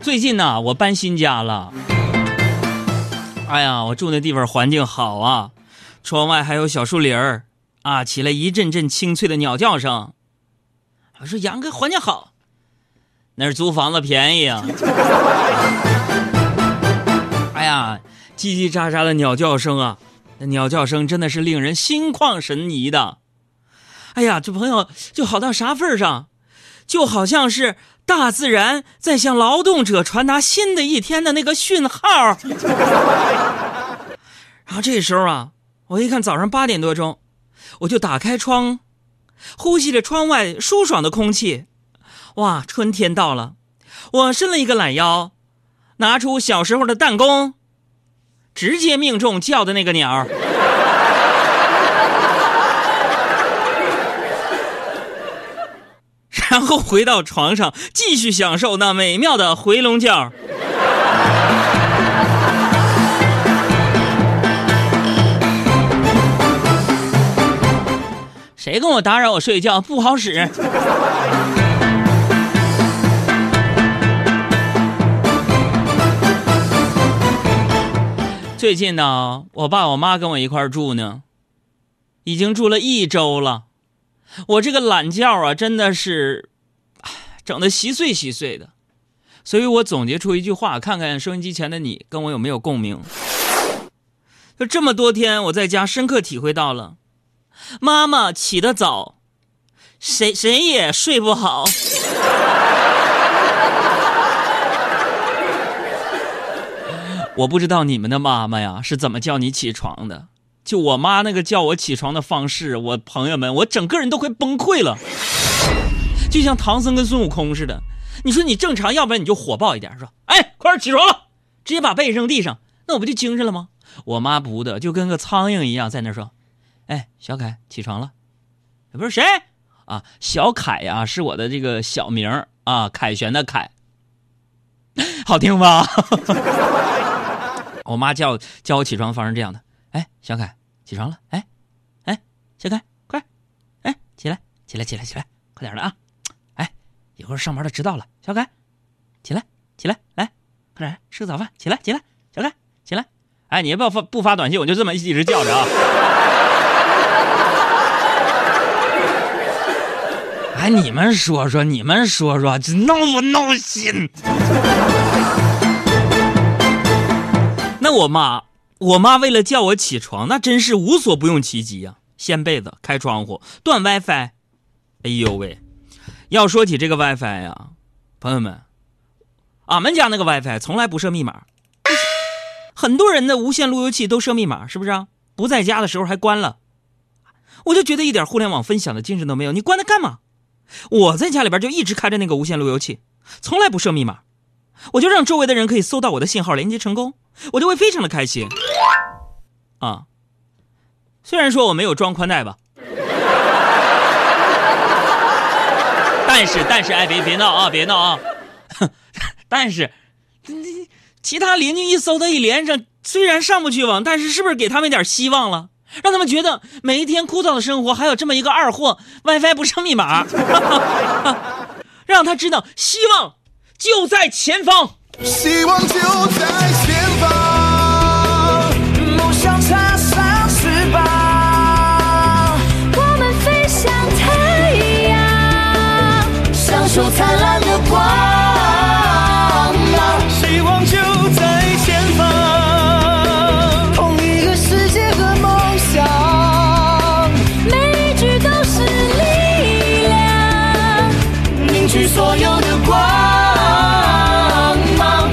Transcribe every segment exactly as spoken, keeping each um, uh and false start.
最近呢，我搬新家了。哎呀，我住那地方环境好啊，窗外还有小树林儿啊，起来一阵阵清脆的鸟叫声。我说杨哥环境好，那是租房子便宜啊。哎呀，叽叽喳喳的鸟叫声啊，那鸟叫声真的是令人心旷神怡的。哎呀，这朋友就好到啥份上，就好像是大自然在向劳动者传达新的一天的那个讯号。然后这时候啊，我一看早上八点多钟，我就打开窗，呼吸着窗外舒爽的空气。哇，春天到了，我伸了一个懒腰，拿出小时候的弹弓，直接命中叫的那个鸟。然后回到床上继续享受那美妙的回笼觉。谁跟我打扰我睡觉不好使。最近呢，我爸我妈跟我一块住呢，已经住了一周了。我这个懒觉啊，真的是整得稀碎稀碎的，所以我总结出一句话，看看收音机前的你跟我有没有共鸣。就这么多天，我在家深刻体会到了，妈妈起得早，谁谁也睡不好。我不知道你们的妈妈呀是怎么叫你起床的。就我妈那个叫我起床的方式，我朋友们，我整个人都快崩溃了，就像唐僧跟孙悟空似的。你说你正常，要不然你就火爆一点，说哎快点起床了，直接把被扔地上，那我不就精神了吗？我妈不的，就跟个苍蝇一样在那说，哎小凯起床了。不是谁啊？小凯呀、啊、是我的这个小名啊，凯旋的凯，好听吧？我妈叫叫我起床的方式这样的，哎小凯起床了，哎哎小凯快，哎起来起来起来起来，快点的啊，哎一会儿上班的迟到了，小凯起来起来来快点吃个早饭，起来起来小凯起来，哎你不要发不发短信，我就这么一直叫着啊。哎你们说说你们说说，这闹不闹心？那我妈我妈为了叫我起床，那真是无所不用其极啊！掀被子，开窗户，断 WiFi。哎呦喂！要说起这个 WiFi 呀，朋友们，俺们家那个 WiFi 从来不设密码，很多人的无线路由器都设密码，是不是啊？不在家的时候还关了，我就觉得一点互联网分享的精神都没有。你关它干嘛？我在家里边就一直开着那个无线路由器，从来不设密码，我就让周围的人可以搜到我的信号，连接成功，我就会非常的开心啊。虽然说我没有装宽带吧，但是但是哎别别闹啊别闹啊，但是其他邻居一搜他一连上，虽然上不去网，但是是不是给他们一点希望了？让他们觉得每一天枯燥的生活还有这么一个二货 WiFi 不设密码，让他知道希望就在前方， 希望就在前方，梦想插上翅膀， 我们飞向太阳，享受灿烂的光芒。 希望就在前方， 同一个世界和梦想，每一句都是力量， 凝聚所有的光芒。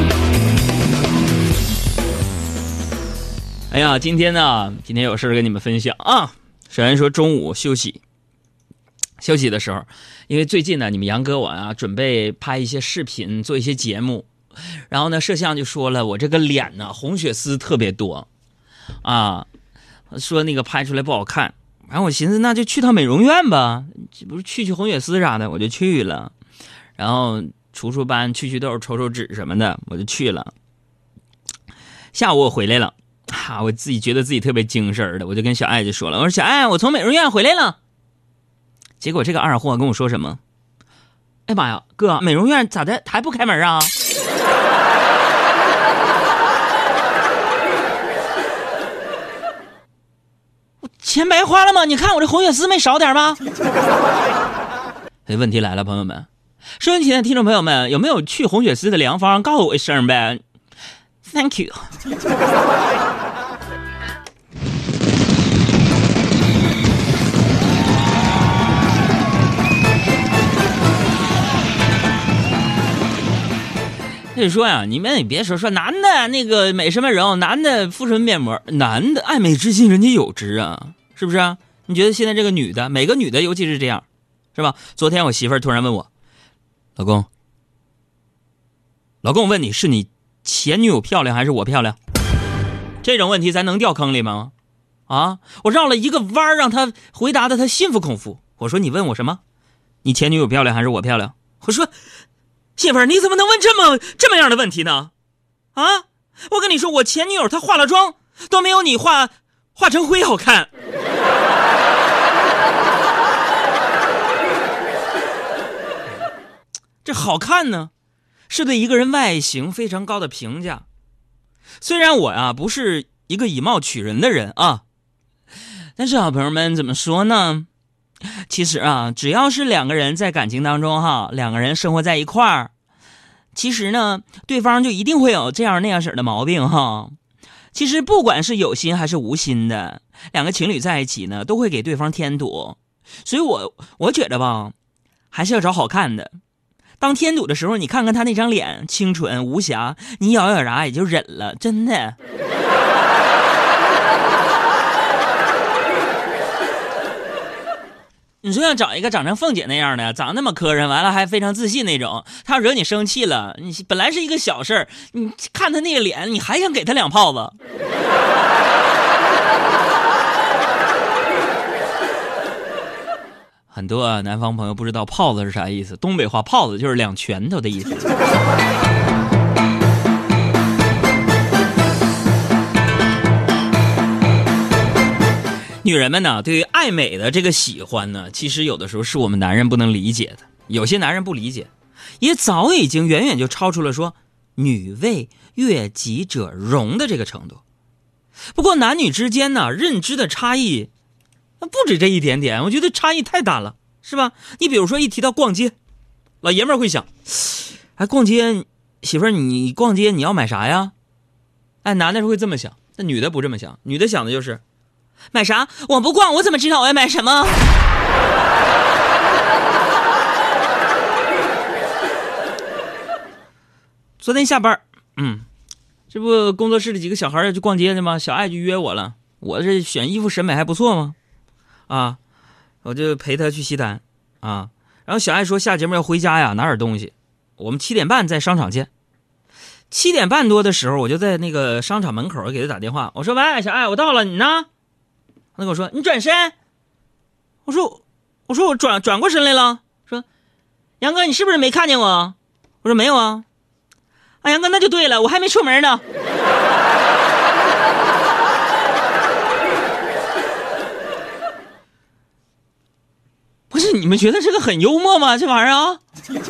哎呀，今天呢，今天有事跟你们分享啊。首先说中午休息，休息的时候，因为最近呢，你们杨哥我啊准备拍一些视频，做一些节目，然后呢，摄像就说了，我这个脸呢红血丝特别多，啊，说那个拍出来不好看。然后我寻思，那就去趟美容院吧，这不是去去红血丝啥的，我就去了。然后除除斑、去去痘、抽抽脂什么的，我就去了。下午我回来了。啊，我自己觉得自己特别精神的，我就跟小爱就说了，我说小爱，我从美容院回来了。结果这个二货跟我说什么？哎妈呀，哥，美容院咋的还不开门啊？ 钱白花了吗？你看我这红血丝没少点吗？问题来了，朋友们，收音机前的听众朋友们，有没有去红血丝的良方？告诉我一声呗。Thank you。所以说呀，你们也别说说男的那个美什么容，男的敷什么面膜，男的爱美之心人皆有之啊，是不是啊？你觉得现在这个女的，每个女的尤其是这样，是吧？昨天我媳妇儿突然问我，老公，老公，我问你，是你前女友漂亮还是我漂亮？这种问题咱能掉坑里吗？啊，我绕了一个弯让他回答的他心服口服。我说你问我什么？你前女友漂亮还是我漂亮？我说媳妇儿，你怎么能问这么这么样的问题呢？啊，我跟你说，我前女友她化了妆都没有你化化成灰好看。这好看呢，是对一个人外形非常高的评价。虽然我呀不是一个以貌取人的人啊，但是好朋友们怎么说呢？其实啊，只要是两个人在感情当中哈，两个人生活在一块儿，其实呢，对方就一定会有这样那样式的毛病哈。其实不管是有心还是无心的，两个情侣在一起呢，都会给对方添堵。所以我我觉得吧，还是要找好看的。当添堵的时候，你看看他那张脸清纯无瑕，你咬咬牙也就忍了，真的。你说要找一个长成凤姐那样的，长那么磕碜，完了还非常自信那种，他惹你生气了，你本来是一个小事儿，你看他那个脸，你还想给他两炮子。很多啊，南方朋友不知道炮子是啥意思，东北话炮子就是两拳头的意思。女人们呢，对于爱美的这个喜欢呢，其实有的时候是我们男人不能理解的。有些男人不理解，也早已经远远就超出了说女为悦己者容的这个程度。不过男女之间呢，认知的差异不止这一点点，我觉得差异太大了，是吧？你比如说一提到逛街，老爷们儿会想，哎，逛街，媳妇儿你逛街你要买啥呀？哎，男的是会这么想，那女的不这么想，女的想的就是买啥？我不逛，我怎么知道我要买什么？昨天下班，嗯，这不工作室里几个小孩要去逛街去吗？小爱就约我了，我这选衣服审美还不错吗？啊，我就陪他去西单啊。然后小爱说下节目要回家呀，拿点东西。我们七点半在商场见。七点半多的时候，我就在那个商场门口给他打电话，我说：“喂，小爱，我到了，你呢？”他跟我说：“你转身。”我说：“我说我转转过身来了。”说：“杨哥，你是不是没看见我？”我说：“没有啊。”啊，杨哥，那就对了，我还没出门呢。不是你们觉得这个很幽默吗？这玩意儿啊，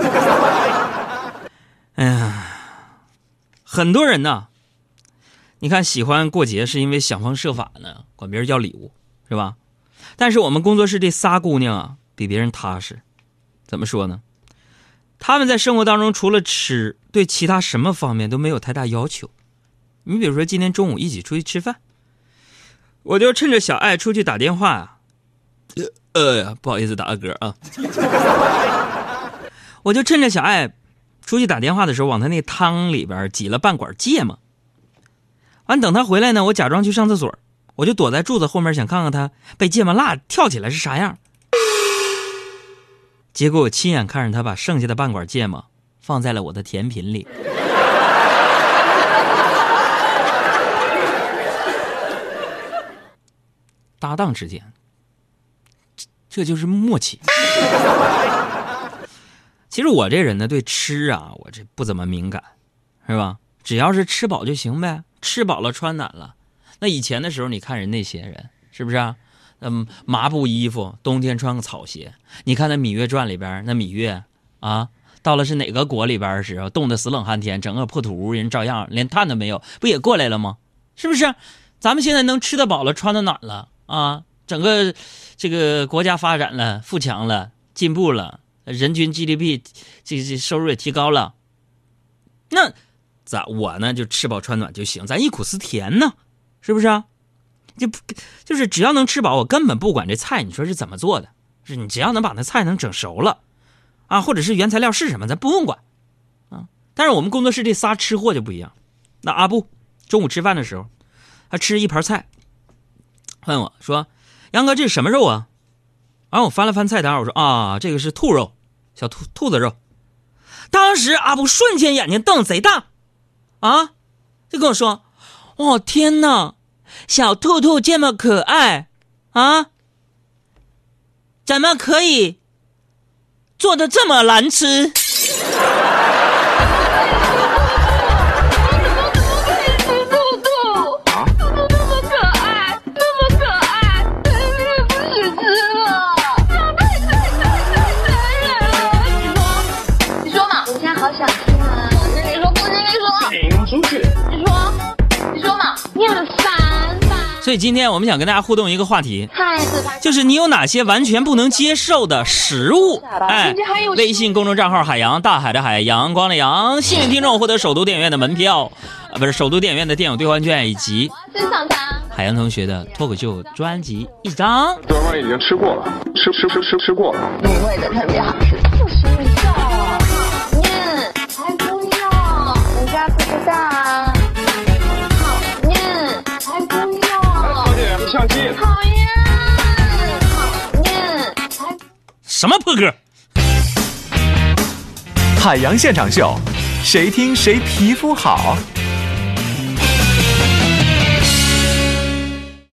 哎呀，很多人呢，你看喜欢过节是因为想方设法呢管别人要礼物，是吧？但是我们工作室这仨姑娘啊，比别人踏实。怎么说呢？他们在生活当中除了吃，对其他什么方面都没有太大要求。你比如说今天中午一起出去吃饭，我就趁着小爱出去打电话啊，呃，不好意思打个嗝啊，我就趁着小爱出去打电话的时候，往他那汤里边挤了半管芥末。完，等他回来呢，我假装去上厕所，我就躲在柱子后面，想看看他被芥末辣跳起来是啥样。结果我亲眼看着他把剩下的半管芥末放在了我的甜品里。搭档之间，这这就是默契。其实我这人呢，对吃啊，我这不怎么敏感，是吧？只要是吃饱就行呗，吃饱了穿暖了。那以前的时候，你看人那些人，是不是啊？嗯，麻布衣服，冬天穿个草鞋。你看那《芈月传》里边，那芈月啊，到了是哪个国里边的时候，冻得死冷寒天，整个破土屋，人照样连炭都没有，不也过来了吗？是不是？咱们现在能吃得饱了，穿得暖了啊， 整个这个国家发展了，富强了，进步了，人均 G D P 这这收入也提高了，那咱我呢就吃饱穿暖就行，咱忆苦思甜呢，是不是啊？就就是只要能吃饱，我根本不管这菜你说是怎么做的，是你只要能把那菜能整熟了啊，或者是原材料是什么，咱不用管啊。但是我们工作室这仨吃货就不一样。那阿布中午吃饭的时候，他吃一盘菜，问我说：“杨哥，这是什么肉啊？”然后我翻了翻菜单，我说：“啊，这个是兔肉，小兔兔子肉。”当时阿布瞬间眼睛瞪贼大，啊，就跟我说：“哦天哪，小兔兔这么可爱啊，怎么可以做的这么难吃？”所以今天我们想跟大家互动一个话题，就是你有哪些完全不能接受的食物？哎，微信公众账号海洋，大海的海，阳光的阳，幸运听众获得首都电影院的门票，啊，不是首都电影院的电影兑换券，以及海洋同学的脱口秀专辑一张。 昨晚已经吃过了，吃吃吃吃吃过了， 美味的特别好吃，就是味道啊！念还不要，人家不知道啊。讨厌，还不要。 小姐不相信。 讨厌，讨厌，还什么破歌？ 海洋现场秀，谁听谁皮肤好。